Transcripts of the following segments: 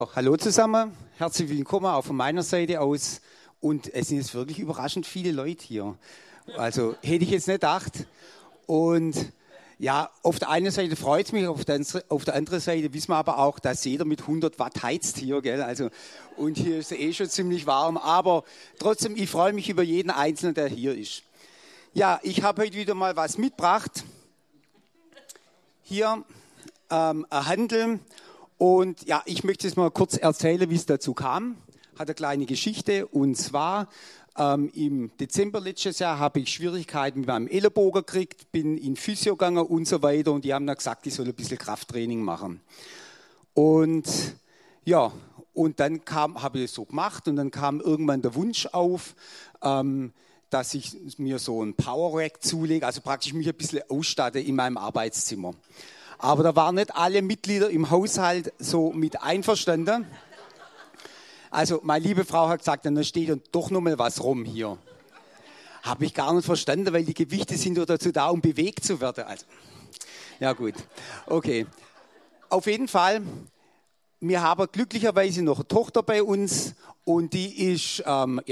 Hallo zusammen, herzlich willkommen auch von meiner Seite aus. Und es sind jetzt wirklich überraschend viele Leute hier. Also hätte ich jetzt nicht gedacht. Und ja, auf der einen Seite freut es mich, auf der anderen Seite wissen wir aber auch, dass jeder mit 100 Watt heizt hier, gell? Also, und hier ist es eh schon ziemlich warm. Aber trotzdem, ich freue mich über jeden Einzelnen, der hier ist. Ja, ich habe heute wieder mal was mitgebracht. Hier ein Handel. Und ja, ich möchte jetzt mal kurz erzählen, wie es dazu kam. Hat eine kleine Geschichte. Und zwar im Dezember letztes Jahr habe ich Schwierigkeiten mit meinem Ellenbogen gekriegt, bin in Physio gegangen und so weiter. Und die haben dann gesagt, ich soll ein bisschen Krafttraining machen. Und ja, und dann habe ich es so gemacht und dann kam irgendwann der Wunsch auf, dass ich mir so ein Power Rack zulege, also praktisch mich ein bisschen ausstatte in meinem Arbeitszimmer. Aber da waren nicht alle Mitglieder im Haushalt so mit einverstanden. Also meine liebe Frau hat gesagt, dann steht dann doch noch mal was rum hier. Habe ich gar nicht verstanden, weil die Gewichte sind nur dazu da, um bewegt zu werden. Also, ja gut, okay. Auf jeden Fall, wir haben glücklicherweise noch eine Tochter bei uns und die ist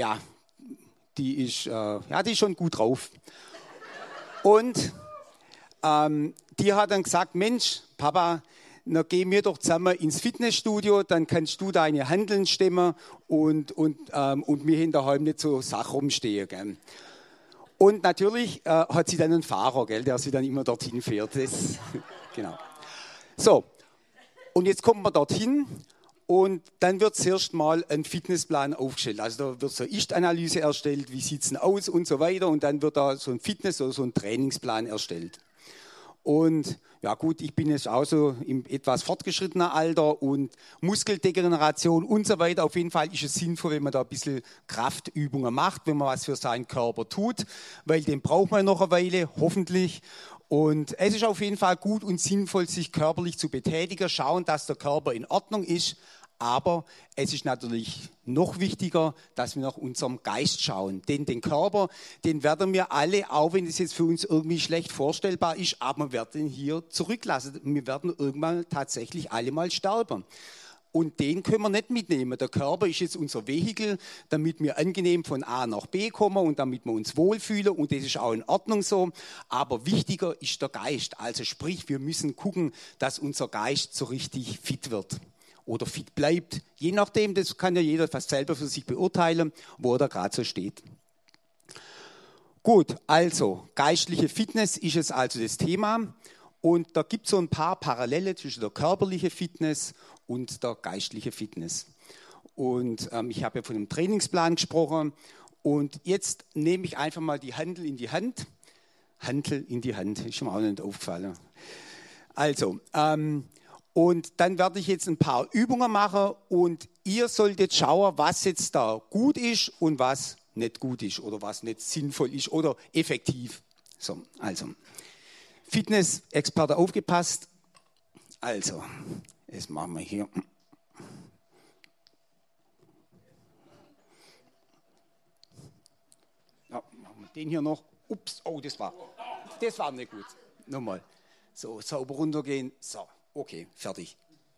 schon gut drauf. Und die hat dann gesagt, Mensch, Papa, na gehen wir doch zusammen ins Fitnessstudio, dann kannst du deine Hanteln stemmen und mir hinterher nicht so Sachen rumstehen. Gell? Und natürlich hat sie dann einen Fahrer, gell, der sie dann immer dorthin fährt. Das, genau. So, und jetzt kommen wir dorthin und dann wird zuerst mal ein Fitnessplan aufgestellt. Also da wird so eine Ist-Analyse erstellt, wie sieht es denn aus und so weiter. Und dann wird da so ein Fitness- oder so ein Trainingsplan erstellt. Und ja gut, ich bin jetzt auch so im etwas fortgeschrittenen Alter und Muskeldegeneration und so weiter. Auf jeden Fall ist es sinnvoll, wenn man da ein bisschen Kraftübungen macht, wenn man was für seinen Körper tut, weil den braucht man noch eine Weile, hoffentlich. Und es ist auf jeden Fall gut und sinnvoll, sich körperlich zu betätigen, schauen, dass der Körper in Ordnung ist. Aber es ist natürlich noch wichtiger, dass wir nach unserem Geist schauen. Denn den Körper, den werden wir alle, auch wenn es jetzt für uns irgendwie schlecht vorstellbar ist, aber wir werden ihn hier zurücklassen. Wir werden irgendwann tatsächlich alle mal sterben. Und den können wir nicht mitnehmen. Der Körper ist jetzt unser Vehikel, damit wir angenehm von A nach B kommen und damit wir uns wohlfühlen. Und das ist auch in Ordnung so. Aber wichtiger ist der Geist. Also sprich, wir müssen gucken, dass unser Geist so richtig fit wird. Oder fit bleibt. Je nachdem, das kann ja jeder fast selber für sich beurteilen, wo er da gerade so steht. Gut, also geistliche Fitness ist jetzt also das Thema. Und da gibt es so ein paar Parallele zwischen der körperlichen Fitness und der geistlichen Fitness. Und ich habe ja von einem Trainingsplan gesprochen. Und jetzt nehme ich einfach mal die Hantel in die Hand. Hantel in die Hand, ist mir auch nicht aufgefallen. Also, und dann werde ich jetzt ein paar Übungen machen und ihr sollt jetzt schauen, was jetzt da gut ist und was nicht gut ist oder was nicht sinnvoll ist oder effektiv. So, also, Fitness-Experte aufgepasst. Also, das machen wir hier. Ja, machen wir den hier noch. Ups, oh, das war nicht gut. Nochmal. So, sauber runtergehen. So. Okay, fertig.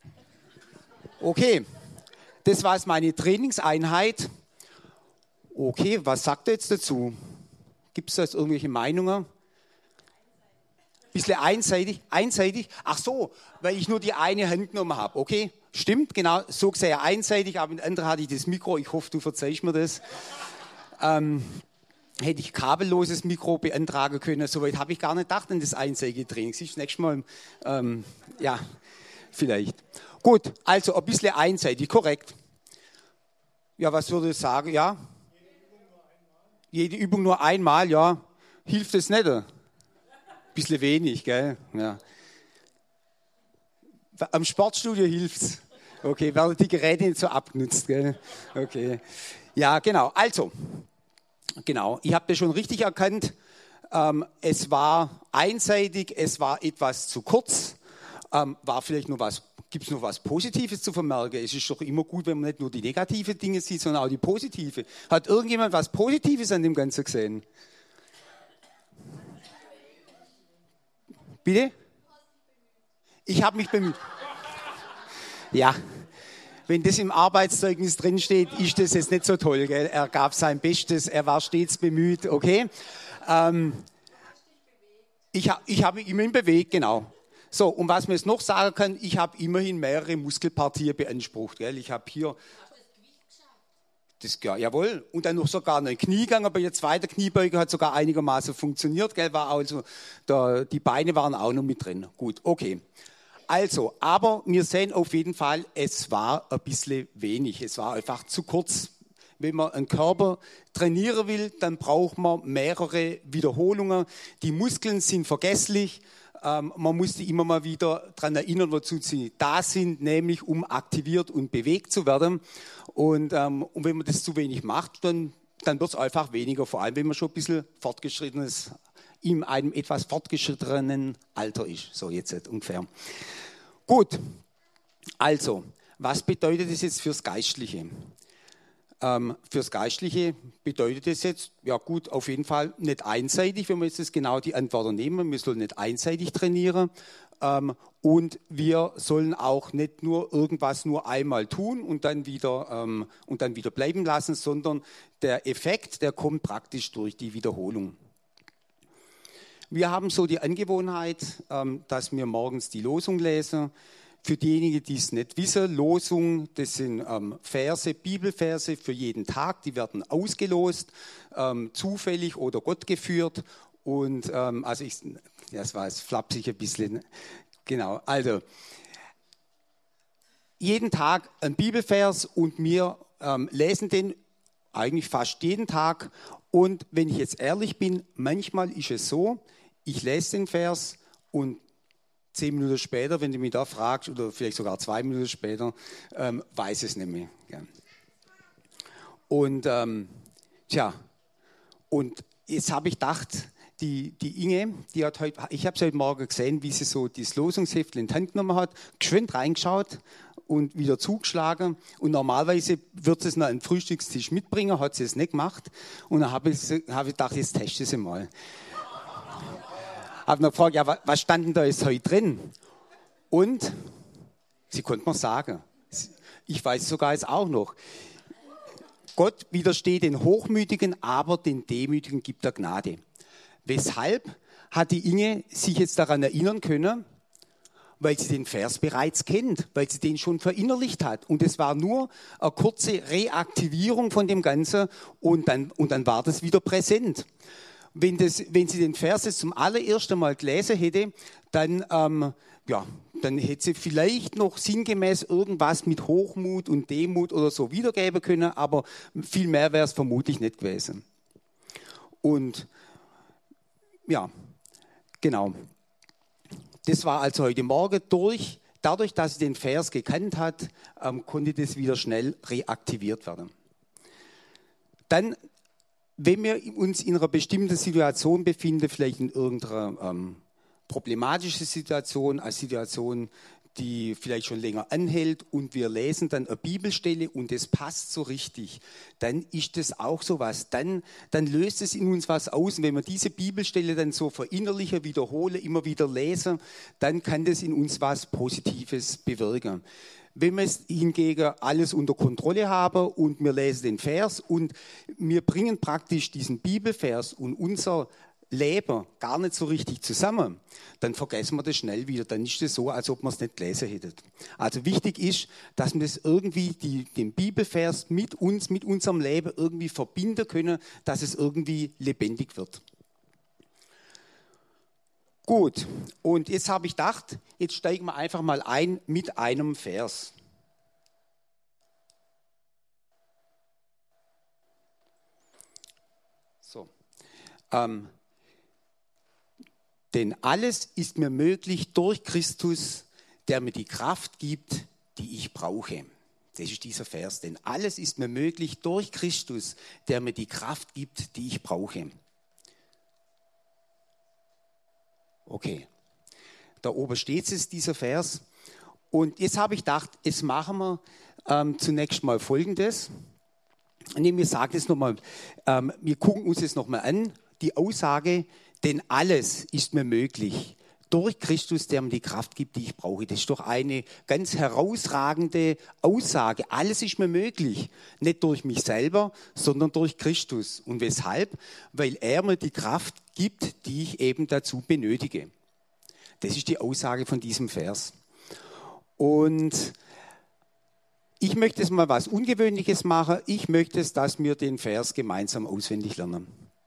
Okay, das war jetzt meine Trainingseinheit. Okay, was sagt ihr jetzt dazu? Gibt es da jetzt irgendwelche Meinungen? Bisschen einseitig? Einseitig? Ach so, weil ich nur die eine Hand genommen habe. Okay, stimmt, genau, so gesehen einseitig, aber mit anderen hatte ich das Mikro. Ich hoffe, du verzeihst mir das. Hätte ich kabelloses Mikro beantragen können. Soweit habe ich gar nicht gedacht an das einseitige Training. Siehst du, nächstes Mal, ja, vielleicht. Gut, also ein bisschen einseitig, korrekt. Ja, was würde ich sagen? Ja? Jede Übung nur einmal, ja. Hilft es nicht? Ein bisschen wenig, gell? Ja. Am Sportstudio hilft's. Okay, werden die Geräte nicht so abgenutzt, gell? Okay. Ja, genau. Also, genau, ich habe das schon richtig erkannt. Es war einseitig, es war etwas zu kurz. War vielleicht noch was, gibt es noch was Positives zu vermerken? Es ist doch immer gut, wenn man nicht nur die negativen Dinge sieht, sondern auch die positive. Hat irgendjemand was Positives an dem Ganzen gesehen? Bitte? Ich habe mich bemüht. Ja, wenn das im Arbeitszeugnis drinsteht, ist das jetzt nicht so toll. Gell? Er gab sein Bestes, er war stets bemüht, okay? Ich habe mich immerhin bewegt, genau. So, und was man jetzt noch sagen kann, ich habe immerhin mehrere Muskelpartien beansprucht. Gell? Ich habe hier, ja, jawohl, und dann noch sogar einen Kniegang, aber der zweite Kniebeuge hat sogar einigermaßen funktioniert. Gell? War also, die Beine waren auch noch mit drin. Gut, okay. Also, aber wir sehen auf jeden Fall, es war ein bisschen wenig. Es war einfach zu kurz. Wenn man einen Körper trainieren will, dann braucht man mehrere Wiederholungen. Die Muskeln sind vergesslich. Man muss die immer mal wieder daran erinnern, wozu sie da sind, nämlich um aktiviert und bewegt zu werden. Und wenn man das zu wenig macht, dann wird es einfach weniger, vor allem wenn man schon ein bisschen fortgeschrittenes, in einem etwas fortgeschrittenen Alter ist. So jetzt ungefähr. Gut, also, was bedeutet das jetzt fürs Geistliche? Fürs Geistliche bedeutet es jetzt, ja gut, auf jeden Fall nicht einseitig, wenn wir jetzt das genau die Antworten nehmen. Wir sollen nicht einseitig trainieren und wir sollen auch nicht nur irgendwas nur einmal tun und dann wieder bleiben lassen, sondern der Effekt, der kommt praktisch durch die Wiederholung. Wir haben so die Angewohnheit, dass wir morgens die Losung lesen. Für diejenigen, die es nicht wissen, Losung, das sind Verse, Bibelverse für jeden Tag, die werden ausgelost, zufällig oder Gott geführt. Und das war jetzt flapsig ein bisschen. Genau, also jeden Tag ein Bibelvers und wir lesen den eigentlich fast jeden Tag. Und wenn ich jetzt ehrlich bin, manchmal ist es so, ich lese den Vers und 10 Minuten später, wenn du mich da fragst, oder vielleicht sogar 2 Minuten später, weiß es nicht mehr. Ja. Und und jetzt habe ich gedacht, die Inge, die hat heute, ich habe es heute Morgen gesehen, wie sie so das Losungsheft in die Hand genommen hat, geschwind reingeschaut und wieder zugeschlagen. Und normalerweise wird sie es noch an den Frühstückstisch mitbringen, hat sie es nicht gemacht. Und dann habe ich gedacht, jetzt teste sie mal. Habe noch gefragt, ja, was stand denn da jetzt heute drin? Und sie konnte mir sagen, ich weiß es sogar jetzt auch noch, Gott widersteht den Hochmütigen, aber den Demütigen gibt er Gnade. Weshalb hat die Inge sich jetzt daran erinnern können? Weil sie den Vers bereits kennt, weil sie den schon verinnerlicht hat. Und es war nur eine kurze Reaktivierung von dem Ganzen und dann war das wieder präsent. Wenn sie den Vers jetzt zum allerersten Mal gelesen hätte, dann hätte sie vielleicht noch sinngemäß irgendwas mit Hochmut und Demut oder so wiedergeben können, aber viel mehr wäre es vermutlich nicht gewesen. Und ja, genau. Das war also heute Morgen dadurch, dass sie den Vers gekannt hat, konnte das wieder schnell reaktiviert werden. Dann, wenn wir uns in einer bestimmten Situation befinden, vielleicht in irgendeiner problematischen Situation, eine Situation, die vielleicht schon länger anhält und wir lesen dann eine Bibelstelle und es passt so richtig, dann ist das auch sowas. Dann löst es in uns was aus. Und wenn wir diese Bibelstelle dann so verinnerlichen, wiederholen, immer wieder lesen, dann kann das in uns was Positives bewirken. Wenn wir es hingegen alles unter Kontrolle haben und wir lesen den Vers und wir bringen praktisch diesen Bibelvers und unser Leben gar nicht so richtig zusammen, dann vergessen wir das schnell wieder. Dann ist es so, als ob wir es nicht gelesen hätten. Also wichtig ist, dass wir das irgendwie, den Bibelvers mit uns, mit unserem Leben irgendwie verbinden können, dass es irgendwie lebendig wird. Gut, und jetzt habe ich gedacht, jetzt steigen wir einfach mal ein mit einem Vers. So. Denn alles ist mir möglich durch Christus, der mir die Kraft gibt, die ich brauche. Das ist dieser Vers. Denn alles ist mir möglich durch Christus, der mir die Kraft gibt, die ich brauche. Okay, da oben steht es, dieser Vers. Und jetzt habe ich gedacht, jetzt machen wir zunächst mal Folgendes. Wir sagen es nochmal, wir gucken uns das nochmal an. Die Aussage, denn alles ist mir möglich durch Christus, der mir die Kraft gibt, die ich brauche. Das ist doch eine ganz herausragende Aussage. Alles ist mir möglich. Nicht durch mich selber, sondern durch Christus. Und weshalb? Weil er mir die Kraft gibt, die ich eben dazu benötige. Das ist die Aussage von diesem Vers. Und ich möchte jetzt mal was Ungewöhnliches machen. Ich möchte es, dass wir den Vers gemeinsam auswendig lernen.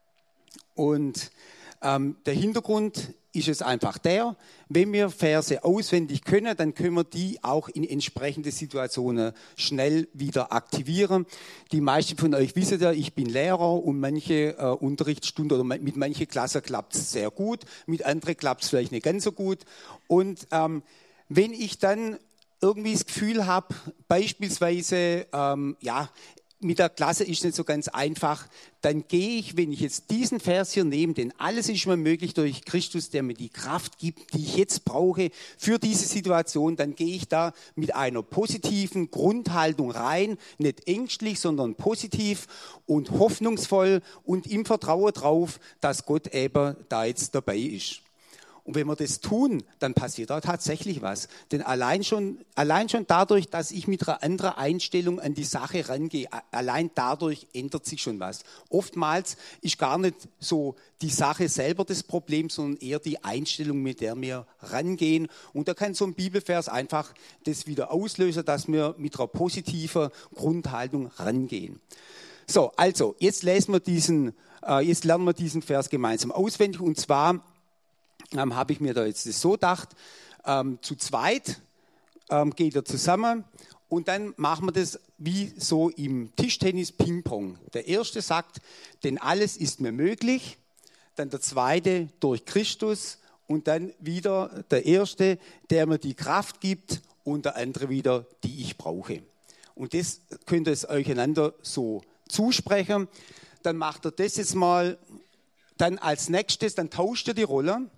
Und der Hintergrund ist es einfach der, wenn wir Verse auswendig können, dann können wir die auch in entsprechende Situationen schnell wieder aktivieren. Die meisten von euch wissen ja, ich bin Lehrer und manche Unterrichtsstunden oder mit manchen Klassen klappt es sehr gut, mit anderen klappt es vielleicht nicht ganz so gut. Und wenn ich dann irgendwie das Gefühl habe, beispielsweise, mit der Klasse ist nicht so ganz einfach, dann gehe ich, wenn ich jetzt diesen Vers hier nehme, denn alles ist mir möglich durch Christus, der mir die Kraft gibt, die ich jetzt brauche für diese Situation, dann gehe ich da mit einer positiven Grundhaltung rein, nicht ängstlich, sondern positiv und hoffnungsvoll und im Vertrauen drauf, dass Gott eben da jetzt dabei ist. Und wenn wir das tun, dann passiert da tatsächlich was. Denn allein schon dadurch, dass ich mit einer anderen Einstellung an die Sache rangehe, allein dadurch ändert sich schon was. Oftmals ist gar nicht so die Sache selber das Problem, sondern eher die Einstellung, mit der wir rangehen. Und da kann so ein Bibelvers einfach das wieder auslösen, dass wir mit einer positiven Grundhaltung rangehen. So, also, jetzt lernen wir diesen Vers gemeinsam auswendig. Und zwar habe ich mir da jetzt das so gedacht, zu zweit geht er zusammen und dann machen wir das wie so im Tischtennis Ping-Pong. Der erste sagt, denn alles ist mir möglich, dann der zweite durch Christus und dann wieder der erste, der mir die Kraft gibt und der andere wieder, die ich brauche. Und das könnt ihr euch einander so zusprechen. Dann macht er das jetzt mal, dann als nächstes, dann tauscht ihr die Rolle.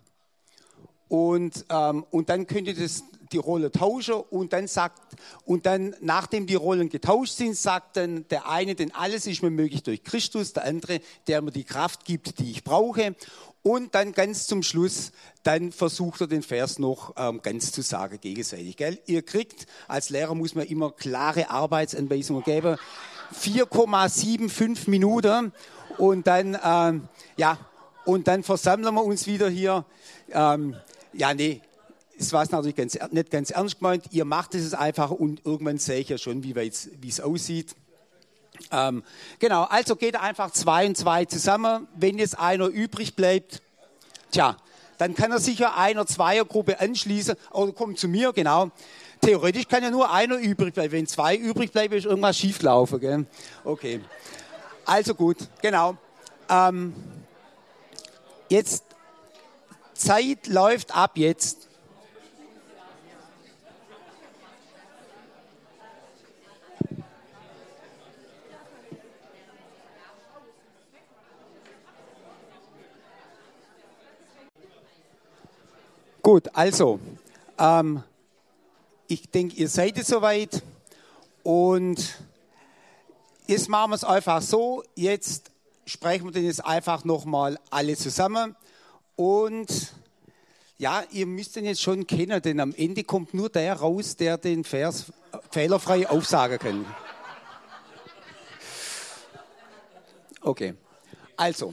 Und dann könnt ihr die Rolle tauschen und dann, nachdem die Rollen getauscht sind, sagt dann der eine, denn alles ist mir möglich durch Christus, der andere, der mir die Kraft gibt, die ich brauche. Und dann ganz zum Schluss, dann versucht er den Vers noch ganz zu sagen gegenseitig. Gell? Ihr kriegt, als Lehrer muss man immer klare Arbeitsanweisungen geben, 4,75 Minuten und dann, und dann versammeln wir uns wieder hier. Es war natürlich nicht ganz ernst gemeint. Ihr macht es einfach und irgendwann sehe ich ja schon, wie es aussieht. Genau, also geht einfach 2 und 2 zusammen. Wenn jetzt einer übrig bleibt, dann kann er sicher einer Zweiergruppe anschließen oder kommt zu mir, genau. Theoretisch kann ja nur einer übrig bleiben. Wenn 2 übrig bleiben, ist irgendwas schieflaufen. Gell? Okay, also gut, genau. Jetzt Zeit läuft ab jetzt. Gut, also, ich denke, ihr seid jetzt soweit und jetzt machen wir es einfach so, jetzt sprechen wir den jetzt einfach nochmal alle zusammen. Und ja, ihr müsst den jetzt schon kennen, denn am Ende kommt nur der raus, der den Vers fehlerfrei aufsagen kann. Okay, also.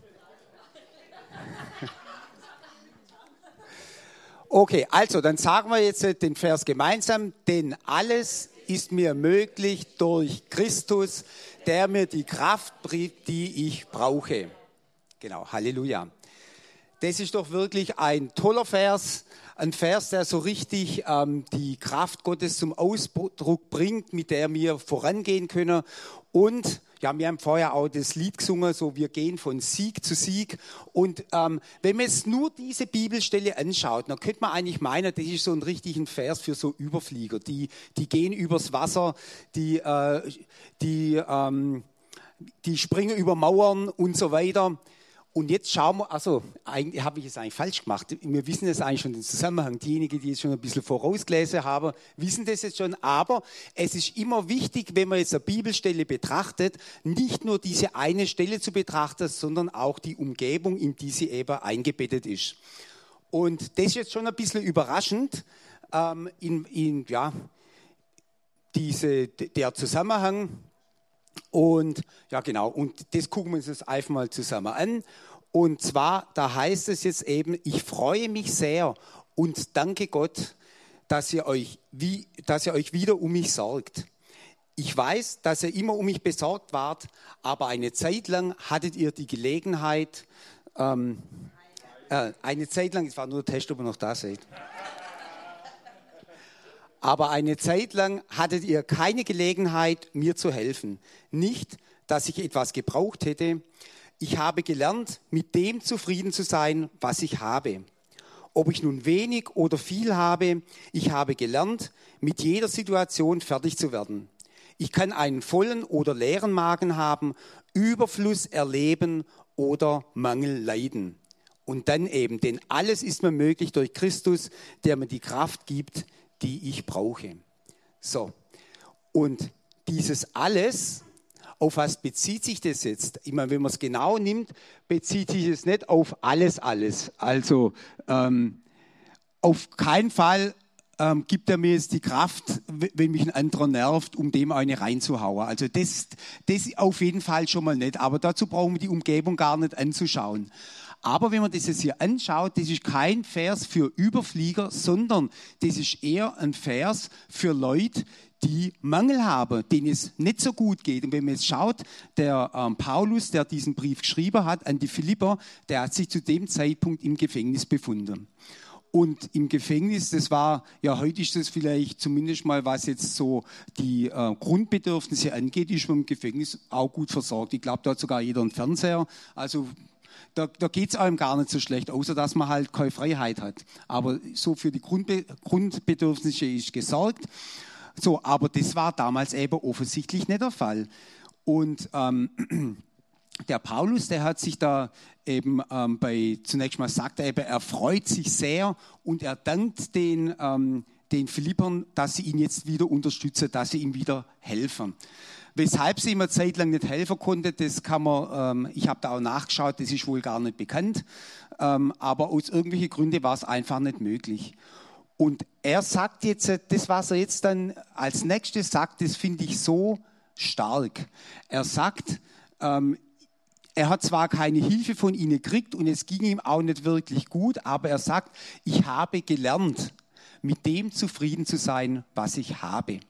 Okay, also dann sagen wir jetzt den Vers gemeinsam, denn alles ist mir möglich durch Christus, der mir die Kraft bringt, die ich brauche. Genau, Halleluja. Das ist doch wirklich ein toller Vers, ein Vers, der so richtig die Kraft Gottes zum Ausdruck bringt, mit der wir vorangehen können. Und ja, wir haben vorher auch das Lied gesungen, so wir gehen von Sieg zu Sieg. Und wenn man jetzt nur diese Bibelstelle anschaut, dann könnte man eigentlich meinen, das ist so ein richtiger Vers für so Überflieger. Die gehen übers Wasser, die springen über Mauern und so weiter. Und jetzt schauen wir, also eigentlich habe ich es eigentlich falsch gemacht. Wir wissen es eigentlich schon den Zusammenhang. Diejenigen, die jetzt schon ein bisschen vorausgelesen haben, wissen das jetzt schon. Aber es ist immer wichtig, wenn man jetzt eine Bibelstelle betrachtet, nicht nur diese eine Stelle zu betrachten, sondern auch die Umgebung, in die sie eben eingebettet ist. Und das ist jetzt schon ein bisschen überraschend, der Zusammenhang. Und ja, genau, und das gucken wir uns jetzt einfach mal zusammen an. Und zwar, da heißt es jetzt eben, ich freue mich sehr und danke Gott, dass ihr euch wieder um mich sorgt. Ich weiß, dass ihr immer um mich besorgt wart, aber eine Zeit lang hattet ihr die Gelegenheit, eine Zeit lang, es war nur der Test, ob ihr noch da seid. Aber eine Zeit lang hattet ihr keine Gelegenheit, mir zu helfen. Nicht, dass ich etwas gebraucht hätte. Ich habe gelernt, mit dem zufrieden zu sein, was ich habe. Ob ich nun wenig oder viel habe, ich habe gelernt, mit jeder Situation fertig zu werden. Ich kann einen vollen oder leeren Magen haben, Überfluss erleben oder Mangel leiden. Und dann eben, denn alles ist mir möglich durch Christus, der mir die Kraft gibt, die ich brauche. So, und dieses alles, auf was bezieht sich das jetzt? Ich meine, wenn man es genau nimmt, bezieht sich es nicht auf alles. Also auf keinen Fall gibt er mir jetzt die Kraft, wenn mich ein anderer nervt, um dem eine reinzuhauen. Also das auf jeden Fall schon mal nicht. Aber dazu brauchen wir die Umgebung gar nicht anzuschauen. Aber wenn man das jetzt hier anschaut, das ist kein Vers für Überflieger, sondern das ist eher ein Vers für Leute, die Mangel haben, denen es nicht so gut geht. Und wenn man jetzt schaut, der Paulus, der diesen Brief geschrieben hat an die Philipper, der hat sich zu dem Zeitpunkt im Gefängnis befunden. Und im Gefängnis, das war, ja, heute ist das vielleicht zumindest mal, was jetzt so die Grundbedürfnisse angeht, ist man im Gefängnis auch gut versorgt. Ich glaube, da hat sogar jeder einen Fernseher. Also da geht es einem gar nicht so schlecht, außer dass man halt keine Freiheit hat. Aber so für die Grundbedürfnisse ist gesorgt. So, aber das war damals eben offensichtlich nicht der Fall. Und der Paulus, der hat sich da eben zunächst mal sagt er eben, er freut sich sehr und er dankt den Philippern, dass sie ihn jetzt wieder unterstützen, dass sie ihm wieder helfen. Weshalb sie ihm eine Zeit lang nicht helfen konnte, das kann man, ich habe da auch nachgeschaut, das ist wohl gar nicht bekannt, aber aus irgendwelchen Gründen war es einfach nicht möglich. Und er sagt jetzt, das, was er jetzt dann als nächstes sagt, das finde ich so stark. Er sagt, er hat zwar keine Hilfe von ihnen gekriegt und es ging ihm auch nicht wirklich gut, aber er sagt, ich habe gelernt, mit dem zufrieden zu sein, was ich habe.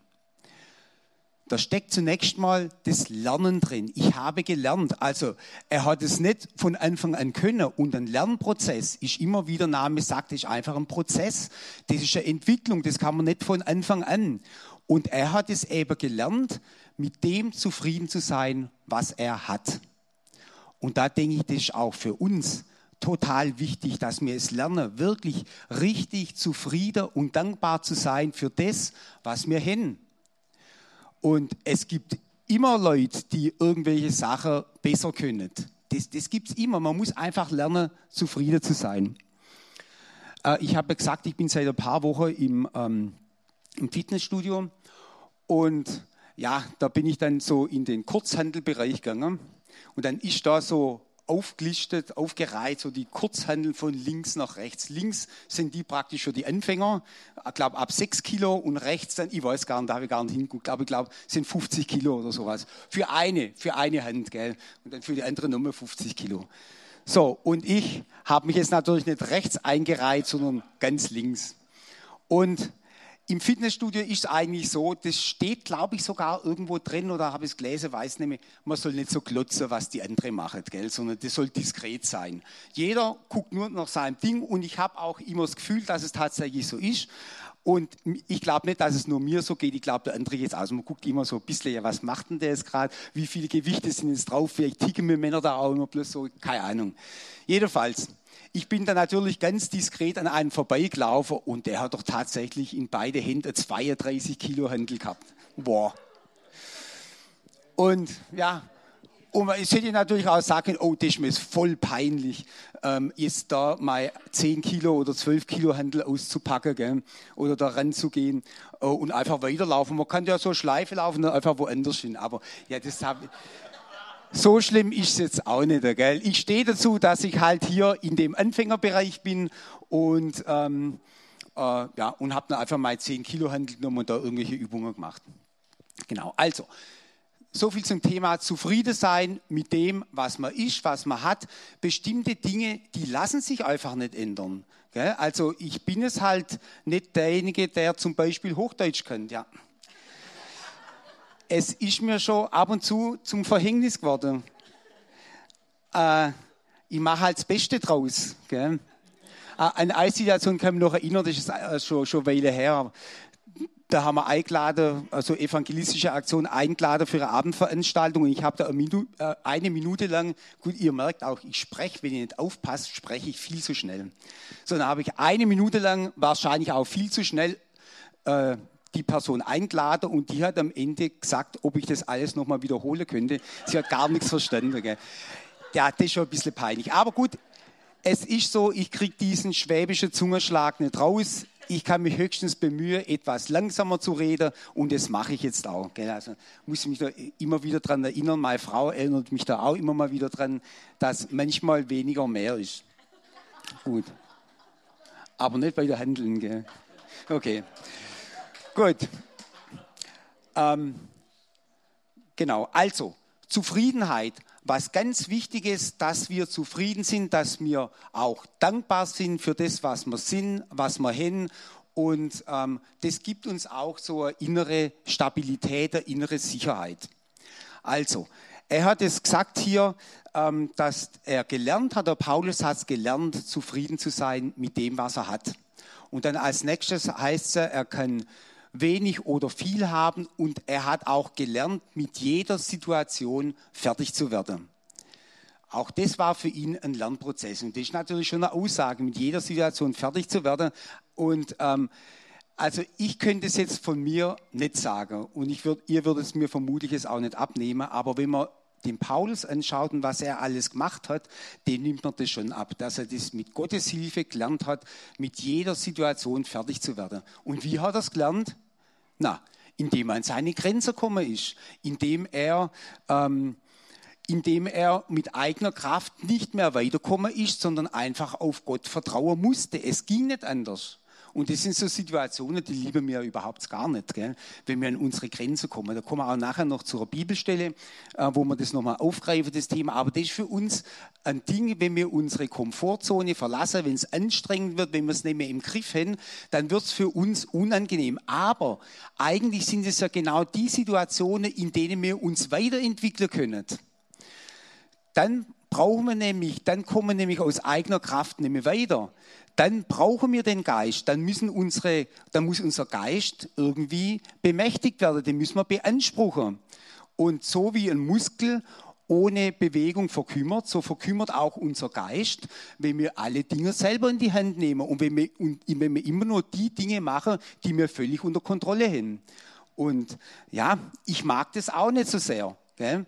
Da steckt zunächst mal das Lernen drin. Ich habe gelernt. Also er hat es nicht von Anfang an können. Und ein Lernprozess ist immer, wie der Name sagt, ist einfach ein Prozess. Das ist eine Entwicklung, das kann man nicht von Anfang an. Und er hat es eben gelernt, mit dem zufrieden zu sein, was er hat. Und da denke ich, das ist auch für uns total wichtig, dass wir es lernen, wirklich richtig zufrieden und dankbar zu sein für das, was wir haben. Und es gibt immer Leute, die irgendwelche Sachen besser können. Das gibt es immer. Man muss einfach lernen, zufrieden zu sein. Ich habe gesagt, ich bin seit ein paar Wochen im Fitnessstudio. Und ja, da bin ich dann so in den Kurzhandelbereich gegangen. Und dann ist da so aufgelistet, aufgereiht, so die Kurzhandel von links nach rechts. Links sind die praktisch für die Anfänger, ich glaube ab 6 Kilo und rechts dann, ich weiß gar nicht, da habe ich gar nicht hingeguckt, aber ich glaube, sind 50 Kilo oder sowas. Für eine Hand, gell? Und dann für die andere nochmal 50 Kilo. So, und ich habe mich jetzt natürlich nicht rechts eingereiht, sondern ganz links. Und im Fitnessstudio ist es eigentlich so, das steht, glaube ich, sogar irgendwo drin, oder habe ich es gelesen, weiß nicht mehr, man soll nicht so glotzen, was die anderen machen, gell, sondern das soll diskret sein. Jeder guckt nur nach seinem Ding und ich habe auch immer das Gefühl, dass es tatsächlich so ist. Und ich glaube nicht, dass es nur mir so geht, ich glaube, der andere jetzt auch. Also man guckt immer so ein bisschen, ja, was macht denn der jetzt gerade, wie viele Gewichte sind jetzt drauf, vielleicht ticken wir Männer da auch immer bloß so, keine Ahnung. Jedenfalls. Ich bin dann natürlich ganz diskret an einem vorbeigelaufen und der hat doch tatsächlich in beide Hände 32 Kilo Handel gehabt. Boah. Und ja, und ich hätte natürlich auch sagen, oh, das ist mir voll peinlich, jetzt da mal 10 Kilo oder 12 Kilo Handel auszupacken, gell? Oder da ranzugehen und einfach weiterlaufen. Man kann ja so Schleife laufen und einfach woanders hin. Aber ja, das habe ich. So schlimm ist es jetzt auch nicht, gell? Ich stehe dazu, dass ich halt hier in dem Anfängerbereich bin und, ja, und habe dann einfach mal 10 Kilo Handel genommen und da irgendwelche Übungen gemacht. Genau, also, so viel zum Thema zufrieden sein mit dem, was man ist, was man hat. Bestimmte Dinge, die lassen sich einfach nicht ändern. Gell? Also ich bin es halt nicht derjenige, der zum Beispiel Hochdeutsch kann. Ja. Es ist mir schon ab und zu zum Verhängnis geworden. Ich mache halt das Beste draus. Gell? An eine Situation kann ich mich noch erinnern, das ist schon eine Weile her. Da haben wir eingeladen, also evangelistische Aktion eingeladen für eine Abendveranstaltung. Und ich habe da eine Minute lang, gut, ihr merkt auch, ich spreche, wenn ihr nicht aufpasst, spreche ich viel zu schnell. So, dann habe ich eine Minute lang, wahrscheinlich auch viel zu schnell, die Person eingeladen und die hat am Ende gesagt, ob ich das alles nochmal wiederholen könnte. Sie hat gar nichts verstanden. Gell? Ja, das ist schon ein bisschen peinlich. Aber gut, es ist so, ich kriege diesen schwäbischen Zungenschlag nicht raus. Ich kann mich höchstens bemühen, etwas langsamer zu reden und das mache ich jetzt auch. Gell? Also muss ich mich da immer wieder dran erinnern. Meine Frau erinnert mich da auch immer mal wieder dran, dass manchmal weniger mehr ist. Gut. Aber nicht bei der Handeln. Gell? Okay. Gut. Genau. Also, Zufriedenheit. Was ganz wichtig ist, dass wir zufrieden sind, dass wir auch dankbar sind für das, was wir sind, was wir haben. Und das gibt uns auch so eine innere Stabilität, eine innere Sicherheit. Also, er hat es gesagt hier, dass er gelernt hat, der Paulus hat es gelernt, zufrieden zu sein mit dem, was er hat. Und dann als nächstes heißt es, er kann wenig oder viel haben und er hat auch gelernt, mit jeder Situation fertig zu werden. Auch das war für ihn ein Lernprozess und das ist natürlich schon eine Aussage, mit jeder Situation fertig zu werden. Und also ich könnte es jetzt von mir nicht sagen und ihr würdet es mir vermutlich jetzt auch nicht abnehmen, aber wenn man den Paulus anschaut und was er alles gemacht hat, den nimmt man das schon ab, dass er das mit Gottes Hilfe gelernt hat, mit jeder Situation fertig zu werden. Und wie hat er es gelernt? Na, indem er an seine Grenze gekommen ist, indem er mit eigener Kraft nicht mehr weitergekommen ist, sondern einfach auf Gott vertrauen musste. Es ging nicht anders. Und das sind so Situationen, die lieben wir überhaupt gar nicht, gell? Wenn wir an unsere Grenze kommen. Da kommen wir auch nachher noch zu einer Bibelstelle, wo wir das nochmal aufgreifen, das Thema. Aber das ist für uns ein Ding, wenn wir unsere Komfortzone verlassen, wenn es anstrengend wird, wenn wir es nicht mehr im Griff haben, dann wird es für uns unangenehm. Aber eigentlich sind es ja genau die Situationen, in denen wir uns weiterentwickeln können. Dann kommen wir nämlich aus eigener Kraft nicht mehr weiter. Dann brauchen wir den Geist, dann muss unser Geist irgendwie bemächtigt werden, den müssen wir beanspruchen. Und so wie ein Muskel ohne Bewegung verkümmert, so verkümmert auch unser Geist, wenn wir alle Dinge selber in die Hand nehmen und wenn wir immer nur die Dinge machen, die wir völlig unter Kontrolle haben. Und ja, ich mag das auch nicht so sehr, gell?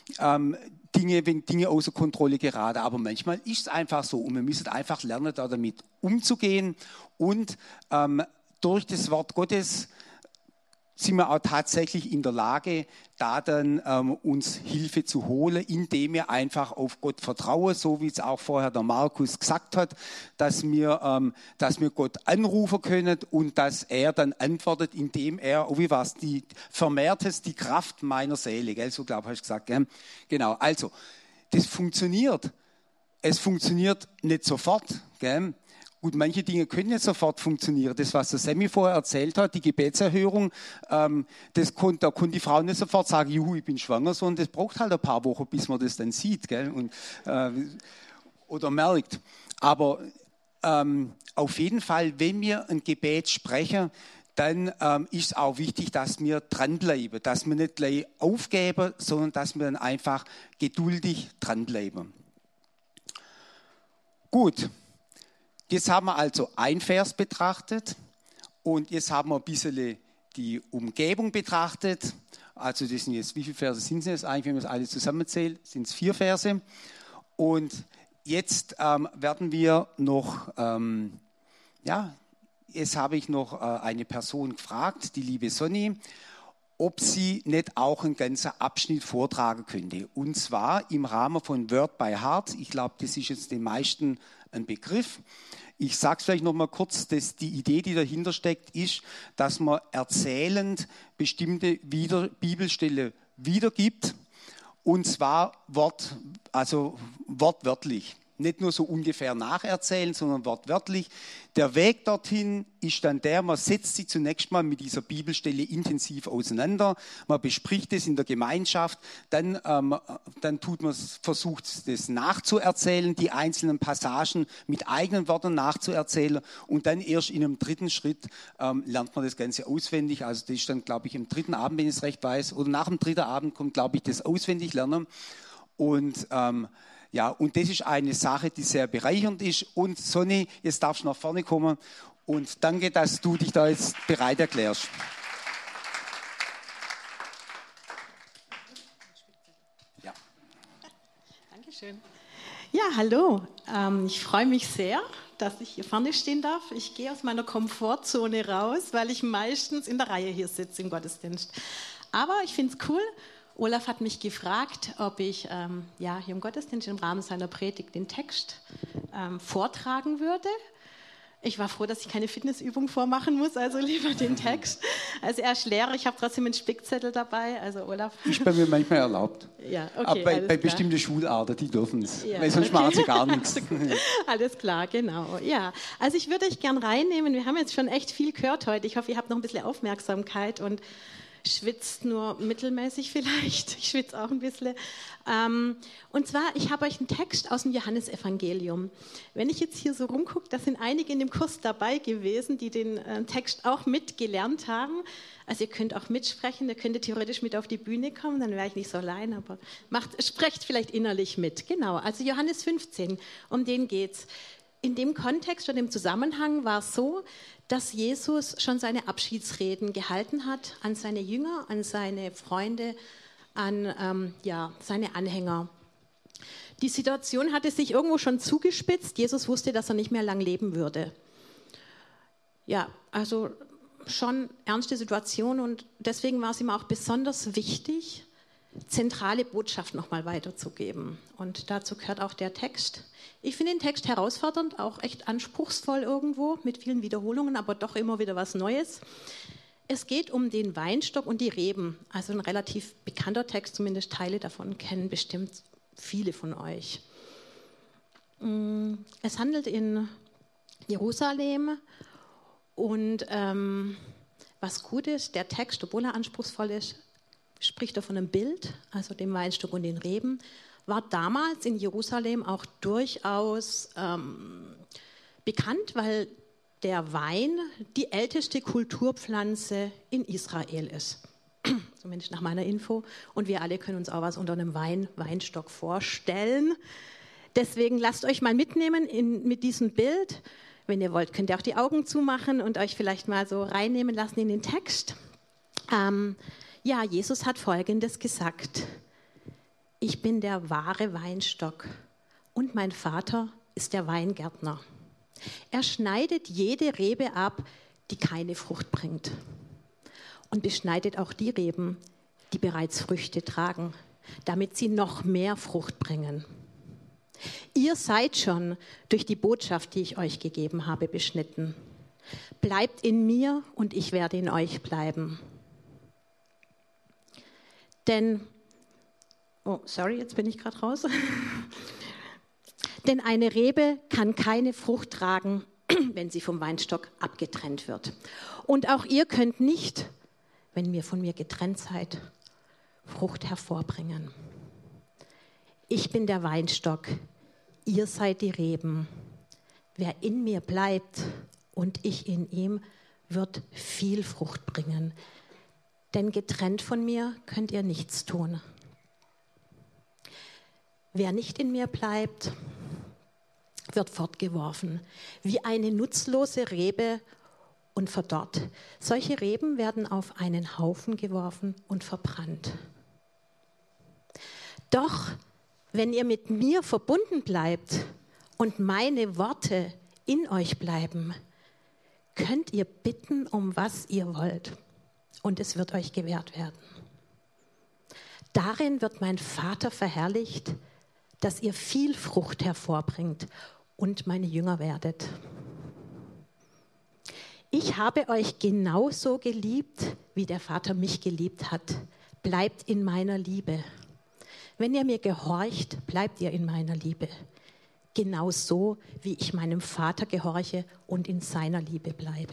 Wenn Dinge außer Kontrolle geraten. Aber manchmal ist es einfach so und wir müssen einfach lernen, da damit umzugehen. Und durch das Wort Gottes sind wir auch tatsächlich in der Lage, da dann uns Hilfe zu holen, indem wir einfach auf Gott vertrauen, so wie es auch vorher der Markus gesagt hat, dass wir Gott anrufen können und dass er dann antwortet, indem er, wie war es, vermehrt es die Kraft meiner Seele, gell? So glaube ich, habe ich gesagt. Gell? Genau, also, das funktioniert. Es funktioniert nicht sofort, gell? Gut, manche Dinge können nicht sofort funktionieren. Das, was der Sammy vorher erzählt hat, die Gebetserhörung, da konnte die Frau nicht sofort sagen, juhu, ich bin schwanger, sondern das braucht halt ein paar Wochen, bis man das dann sieht, gell? Und, oder merkt. Aber auf jeden Fall, wenn wir ein Gebet sprechen, dann ist es auch wichtig, dass wir dranbleiben, dass wir nicht gleich aufgeben, sondern dass wir dann einfach geduldig dranbleiben. Gut. Jetzt haben wir also ein Vers betrachtet und jetzt haben wir ein bisschen die Umgebung betrachtet. Also das sind jetzt, wie viele Verse sind es jetzt eigentlich, wenn man das alles zusammenzählt? Sind es 4 Verse. Und jetzt werden wir noch, jetzt habe ich noch eine Person gefragt, die liebe Sonny. ob sie nicht auch einen ganzen Abschnitt vortragen könnte. Und zwar im Rahmen von Word by Heart. Ich glaube, das ist jetzt den meisten ein Begriff. Ich sage es vielleicht noch mal kurz, dass die Idee, die dahinter steckt, ist, dass man erzählend bestimmte Bibelstelle wiedergibt, und zwar wortwörtlich. Nicht nur so ungefähr nacherzählen, sondern wortwörtlich. Der Weg dorthin ist dann man setzt sich zunächst mal mit dieser Bibelstelle intensiv auseinander, man bespricht es in der Gemeinschaft, dann versucht das nachzuerzählen, die einzelnen Passagen mit eigenen Worten nachzuerzählen, und dann erst in einem dritten Schritt lernt man das Ganze auswendig. Also das ist dann, glaube ich, im dritten Abend, wenn ich es recht weiß, oder nach dem dritten Abend kommt, glaube ich, das Auswendiglernen. Und und das ist eine Sache, die sehr bereichernd ist. Und Sonny, jetzt darfst du nach vorne kommen, und danke, dass du dich da jetzt bereit erklärst. Ja. Dankeschön. Ja, hallo. Ich freue mich sehr, dass ich hier vorne stehen darf. Ich gehe aus meiner Komfortzone raus, weil ich meistens in der Reihe hier sitze im Gottesdienst. Aber ich finde es cool. Olaf hat mich gefragt, ob ich hier im Gottesdienst im Rahmen seiner Predigt den Text vortragen würde. Ich war froh, dass ich keine Fitnessübung vormachen muss, also lieber den Text. Also er ist Lehrer, ich habe trotzdem einen Spickzettel dabei, also Olaf. Ist bei mir manchmal erlaubt. Ja, okay, aber bei bestimmten Schularten, die dürfen es, weil sonst machen sie gar nichts. Alles klar, genau. Ja, also ich würde euch gern reinnehmen, wir haben jetzt schon echt viel gehört heute. Ich hoffe, ihr habt noch ein bisschen Aufmerksamkeit und schwitzt nur mittelmäßig vielleicht. Ich schwitze auch ein bisschen. Und zwar, ich habe euch einen Text aus dem Johannesevangelium. Wenn ich jetzt hier so rumgucke, da sind einige in dem Kurs dabei gewesen, die den Text auch mitgelernt haben. Also ihr könnt auch mitsprechen, ihr könntet theoretisch mit auf die Bühne kommen, dann wäre ich nicht so allein, aber sprecht vielleicht innerlich mit. Genau, also Johannes 15, um den geht's. In dem Kontext und im Zusammenhang war es so, dass Jesus schon seine Abschiedsreden gehalten hat an seine Jünger, an seine Freunde, an seine Anhänger. Die Situation hatte sich irgendwo schon zugespitzt. Jesus wusste, dass er nicht mehr lang leben würde. Ja, also schon ernste Situation, und deswegen war es ihm auch besonders wichtig, zentrale Botschaft nochmal weiterzugeben. Und dazu gehört auch der Text. Ich finde den Text herausfordernd, auch echt anspruchsvoll irgendwo, mit vielen Wiederholungen, aber doch immer wieder was Neues. Es geht um den Weinstock und die Reben. Also ein relativ bekannter Text, zumindest Teile davon kennen bestimmt viele von euch. Es handelt in Jerusalem, und was gut ist, der Text, obwohl er anspruchsvoll ist, spricht er von einem Bild, also dem Weinstock und den Reben, war damals in Jerusalem auch durchaus bekannt, weil der Wein die älteste Kulturpflanze in Israel ist. Zumindest nach meiner Info. Und wir alle können uns auch was unter einem Weinstock vorstellen. Deswegen lasst euch mal mitnehmen mit diesem Bild. Wenn ihr wollt, könnt ihr auch die Augen zumachen und euch vielleicht mal so reinnehmen lassen in den Text. Jesus hat Folgendes gesagt: Ich bin der wahre Weinstock und mein Vater ist der Weingärtner. Er schneidet jede Rebe ab, die keine Frucht bringt, und beschneidet auch die Reben, die bereits Früchte tragen, damit sie noch mehr Frucht bringen. Ihr seid schon durch die Botschaft, die ich euch gegeben habe, beschnitten. Bleibt in mir und ich werde in euch bleiben. Denn, jetzt bin ich gerade raus. Denn eine Rebe kann keine Frucht tragen, wenn sie vom Weinstock abgetrennt wird. Und auch ihr könnt nicht, wenn ihr von mir getrennt seid, Frucht hervorbringen. Ich bin der Weinstock, ihr seid die Reben. Wer in mir bleibt und ich in ihm, wird viel Frucht bringen. Denn getrennt von mir könnt ihr nichts tun. Wer nicht in mir bleibt, wird fortgeworfen, wie eine nutzlose Rebe und verdorrt. Solche Reben werden auf einen Haufen geworfen und verbrannt. Doch wenn ihr mit mir verbunden bleibt und meine Worte in euch bleiben, könnt ihr bitten, um was ihr wollt. und es wird euch gewährt werden. Darin wird mein Vater verherrlicht, dass ihr viel Frucht hervorbringt und meine Jünger werdet. Ich habe euch genauso geliebt, wie der Vater mich geliebt hat. Bleibt in meiner Liebe. Wenn ihr mir gehorcht, bleibt ihr in meiner Liebe. Genauso, wie ich meinem Vater gehorche und in seiner Liebe bleibe.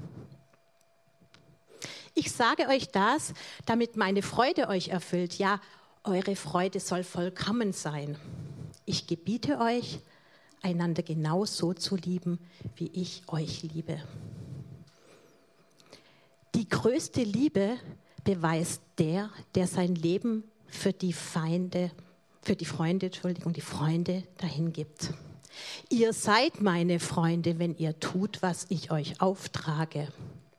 Ich sage euch das, damit meine Freude euch erfüllt. Ja, eure Freude soll vollkommen sein. Ich gebiete euch, einander genauso zu lieben, wie ich euch liebe. Die größte Liebe beweist der sein Leben für die Freunde dahin gibt. Ihr seid meine Freunde, wenn ihr tut, was ich euch auftrage.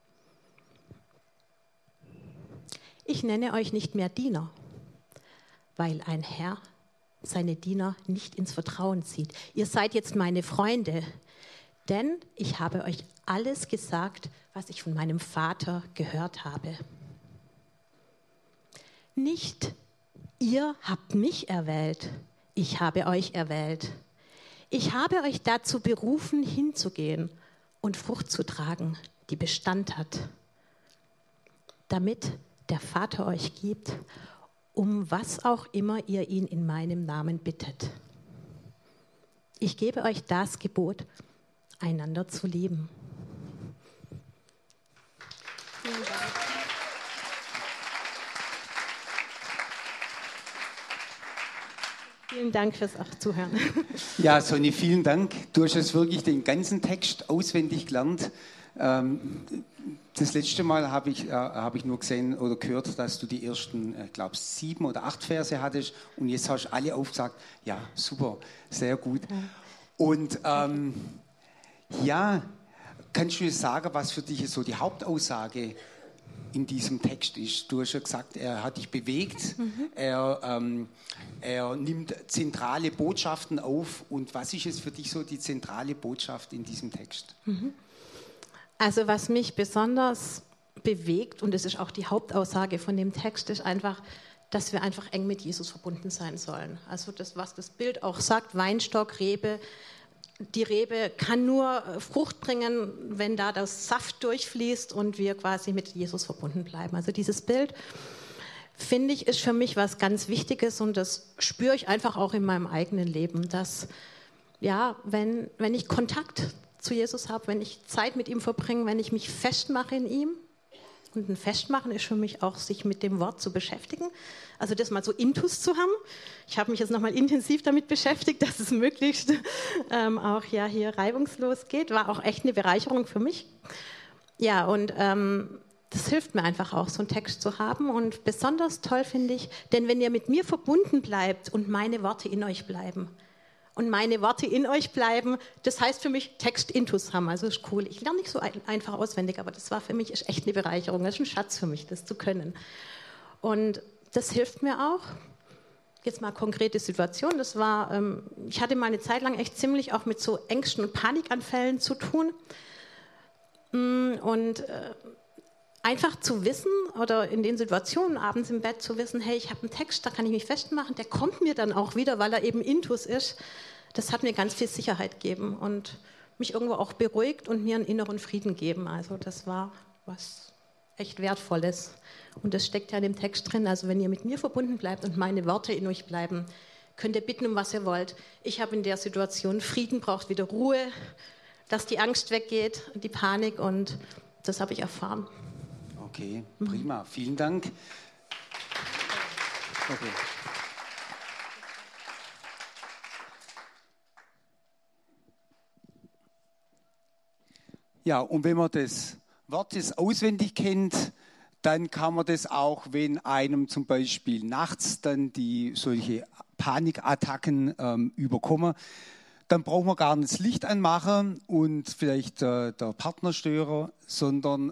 Ich nenne euch nicht mehr Diener, weil ein Herr seine Diener nicht ins Vertrauen zieht. Ihr seid jetzt meine Freunde, denn ich habe euch alles gesagt, was ich von meinem Vater gehört habe. Nicht ihr habt mich erwählt, ich habe euch erwählt. Ich habe euch dazu berufen, hinzugehen und Frucht zu tragen, die Bestand hat, damit der Vater euch gibt, um was auch immer ihr ihn in meinem Namen bittet. Ich gebe euch das Gebot, einander zu lieben. Vielen Dank. Vielen Dank fürs Zuhören. Ja, Sonny, vielen Dank. Du hast jetzt wirklich den ganzen Text auswendig gelernt. Das letzte Mal habe ich nur gesehen oder gehört, dass du die ersten, glaube 7 oder 8 Verse hattest und jetzt hast du alle aufgesagt. Ja, super, sehr gut. Und ja, kannst du dir sagen, was für dich so die Hauptaussage in diesem Text ist? Du hast ja gesagt, er hat dich bewegt, er nimmt zentrale Botschaften auf. Und was ist jetzt für dich so die zentrale Botschaft in diesem Text? Also was mich besonders bewegt, und das ist auch die Hauptaussage von dem Text, ist einfach, dass wir einfach eng mit Jesus verbunden sein sollen. Also das, was das Bild auch sagt, Weinstock, Rebe. Die Rebe kann nur Frucht bringen, wenn da der Saft durchfließt und wir quasi mit Jesus verbunden bleiben. Also dieses Bild, finde ich, ist für mich was ganz Wichtiges und das spüre ich einfach auch in meinem eigenen Leben, dass ja, wenn ich Kontakt zu Jesus habe, wenn ich Zeit mit ihm verbringe, wenn ich mich festmache in ihm. Und ein Festmachen ist für mich auch, sich mit dem Wort zu beschäftigen. Also das mal so intus zu haben. Ich habe mich jetzt nochmal intensiv damit beschäftigt, dass es möglichst auch ja hier reibungslos geht. War auch echt eine Bereicherung für mich. Ja, und das hilft mir einfach auch, so einen Text zu haben. Und besonders toll finde ich, denn wenn ihr mit mir verbunden bleibt und meine Worte in euch bleiben, und meine Worte in euch bleiben, das heißt für mich Text intus haben, also ist cool. Ich lerne nicht so einfach auswendig, aber das war für mich echt eine Bereicherung, das ist ein Schatz für mich, das zu können. Und das hilft mir auch. Jetzt mal konkrete Situation, das war, ich hatte mal eine Zeit lang echt ziemlich auch mit so Ängsten und Panikanfällen zu tun. Und einfach zu wissen oder in den Situationen abends im Bett zu wissen, hey, ich habe einen Text, da kann ich mich festmachen, der kommt mir dann auch wieder, weil er eben intus ist. Das hat mir ganz viel Sicherheit gegeben und mich irgendwo auch beruhigt und mir einen inneren Frieden gegeben. Also das war was echt Wertvolles. Und das steckt ja in dem Text drin. Also wenn ihr mit mir verbunden bleibt und meine Worte in euch bleiben, könnt ihr bitten, um was ihr wollt. Ich habe in der Situation Frieden, braucht wieder Ruhe, dass die Angst weggeht, die Panik und das habe ich erfahren. Okay, prima. Vielen Dank. Okay. Ja, und wenn man das Wort auswendig kennt, dann kann man das auch, wenn einem zum Beispiel nachts dann solche Panikattacken überkommen, dann braucht man gar nicht das Licht anmachen und vielleicht der Partner stören, sondern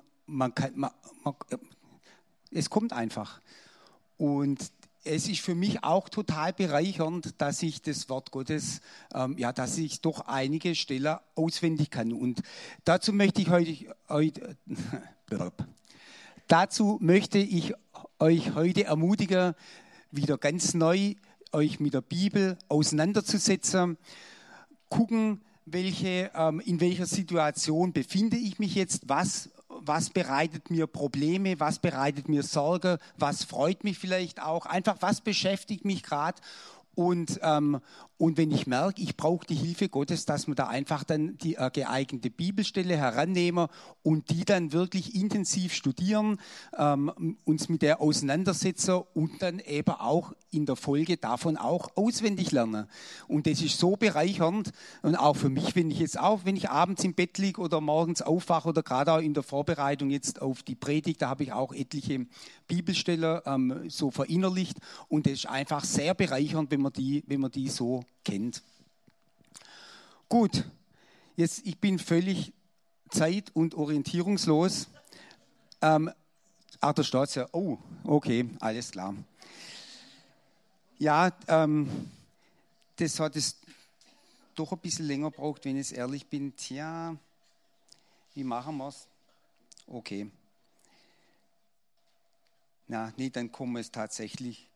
es kommt einfach. Und es ist für mich auch total bereichernd, dass ich das Wort Gottes, dass ich doch einige Stellen auswendig kann. Und dazu möchte ich dazu möchte ich euch heute ermutigen, wieder ganz neu euch mit der Bibel auseinanderzusetzen, gucken, in welcher Situation befinde ich mich jetzt, was bereitet mir Probleme, was bereitet mir Sorge, was freut mich vielleicht auch, einfach was beschäftigt mich gerade. Und wenn ich merke, ich brauche die Hilfe Gottes, dass wir da einfach dann die geeignete Bibelstelle herannehmen und die dann wirklich intensiv studieren, uns mit der auseinandersetzen und dann eben auch in der Folge davon auch auswendig lernen. Und das ist so bereichernd und auch für mich, wenn ich abends im Bett liege oder morgens aufwache oder gerade auch in der Vorbereitung jetzt auf die Predigt, da habe ich auch etliche Bibelstellen so verinnerlicht und das ist einfach sehr bereichernd, wenn man die so kennt. Gut, jetzt ich bin völlig zeit- und orientierungslos. Da steht es ja. Oh, okay, alles klar. Ja, das hat es doch ein bisschen länger gebraucht, wenn ich ehrlich bin. Tja, wie machen wir es? Okay. Nee, dann kommen wir es tatsächlich.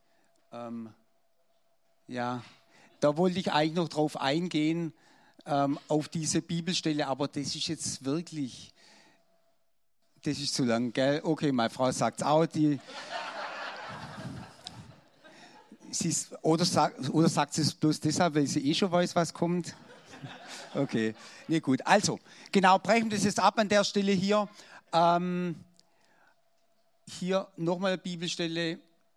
Ja, da wollte ich eigentlich noch drauf eingehen, auf diese Bibelstelle, aber das ist jetzt wirklich, das ist zu lang, gell? Okay, meine Frau sagt es auch, oder sagt sie es bloß deshalb, weil sie schon weiß, was kommt? Okay, nee, gut. Also, genau, brechen wir das jetzt ab an der Stelle hier. Hier nochmal eine Bibelstelle.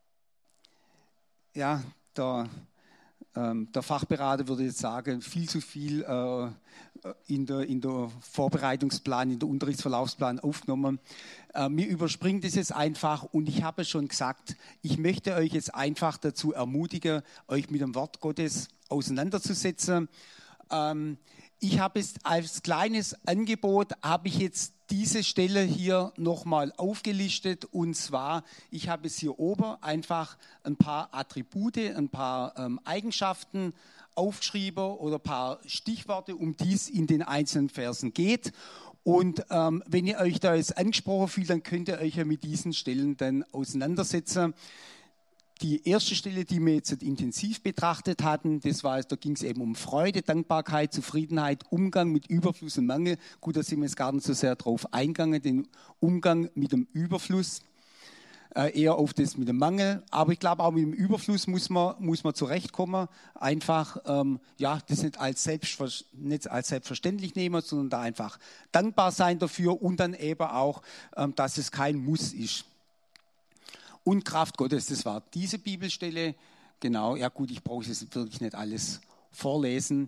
Ja, der Fachberater würde jetzt sagen, viel zu viel in der Vorbereitungsplan, in der Unterrichtsverlaufsplan aufgenommen. Mir überspringt es jetzt einfach und ich habe schon gesagt, ich möchte euch jetzt einfach dazu ermutigen, euch mit dem Wort Gottes auseinanderzusetzen. Ich habe es als kleines Angebot, habe ich jetzt diese Stelle hier nochmal aufgelistet und zwar, ich habe es hier oben einfach ein paar Attribute, ein paar Eigenschaften aufgeschrieben oder ein paar Stichworte, um die es in den einzelnen Versen geht. Und wenn ihr euch da jetzt angesprochen fühlt, dann könnt ihr euch ja mit diesen Stellen dann auseinandersetzen. Die erste Stelle, die wir jetzt intensiv betrachtet hatten, da ging es eben um Freude, Dankbarkeit, Zufriedenheit, Umgang mit Überfluss und Mangel. Gut, da sind wir jetzt gar nicht so sehr drauf eingegangen, den Umgang mit dem Überfluss, eher auf das mit dem Mangel. Aber ich glaube, auch mit dem Überfluss muss man zurechtkommen. Einfach, das nicht als selbstverständlich nehmen, sondern da einfach dankbar sein dafür und dann eben auch, dass es kein Muss ist. Und Kraft Gottes, das war diese Bibelstelle. Genau, ja gut, ich brauche jetzt wirklich nicht alles vorlesen.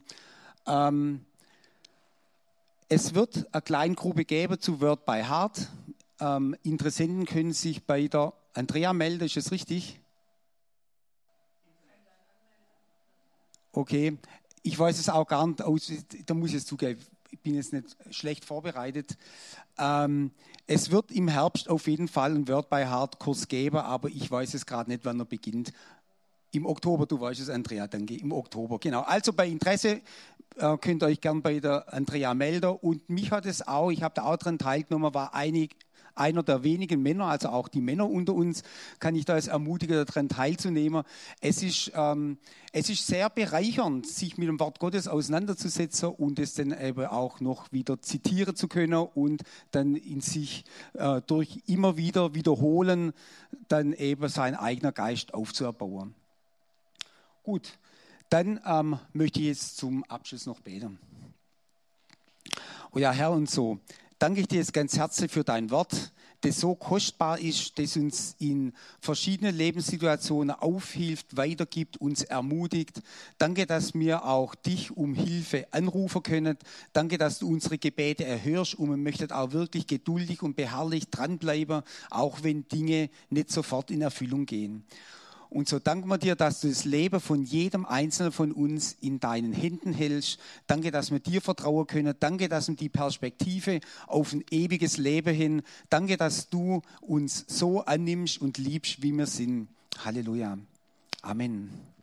Es wird eine Kleingruppe geben zu Word by Heart. Interessenten können sich bei der Andrea melden, ist das richtig? Okay, ich weiß es auch gar nicht, da muss ich es zugeben, ich bin jetzt nicht schlecht vorbereitet. Es wird im Herbst auf jeden Fall einen Word by Heart Kurs geben, aber ich weiß es gerade nicht, wann er beginnt. Im Oktober, du weißt es, Andrea, danke, im Oktober, genau. Also bei Interesse könnt ihr euch gern bei der Andrea melden. Und mich hat es auch, ich habe da auch dran teilgenommen, war einer der wenigen Männer, also auch die Männer unter uns, kann ich da als ermutigen, daran teilzunehmen. Es ist sehr bereichernd, sich mit dem Wort Gottes auseinanderzusetzen und es dann eben auch noch wieder zitieren zu können und dann in sich durch immer wieder wiederholen, dann eben sein eigener Geist aufzuerbauen. Gut, dann möchte ich jetzt zum Abschluss noch beten. Oh ja, Herr, und so danke ich dir jetzt ganz herzlich für dein Wort, das so kostbar ist, das uns in verschiedenen Lebenssituationen aufhilft, weitergibt, uns ermutigt. Danke, dass wir auch dich um Hilfe anrufen können. Danke, dass du unsere Gebete erhörst und wir möchten auch wirklich geduldig und beharrlich dranbleiben, auch wenn Dinge nicht sofort in Erfüllung gehen. Und so danken wir dir, dass du das Leben von jedem Einzelnen von uns in deinen Händen hältst. Danke, dass wir dir vertrauen können. Danke, dass wir die Perspektive auf ein ewiges Leben hin. Danke, dass du uns so annimmst und liebst, wie wir sind. Halleluja. Amen.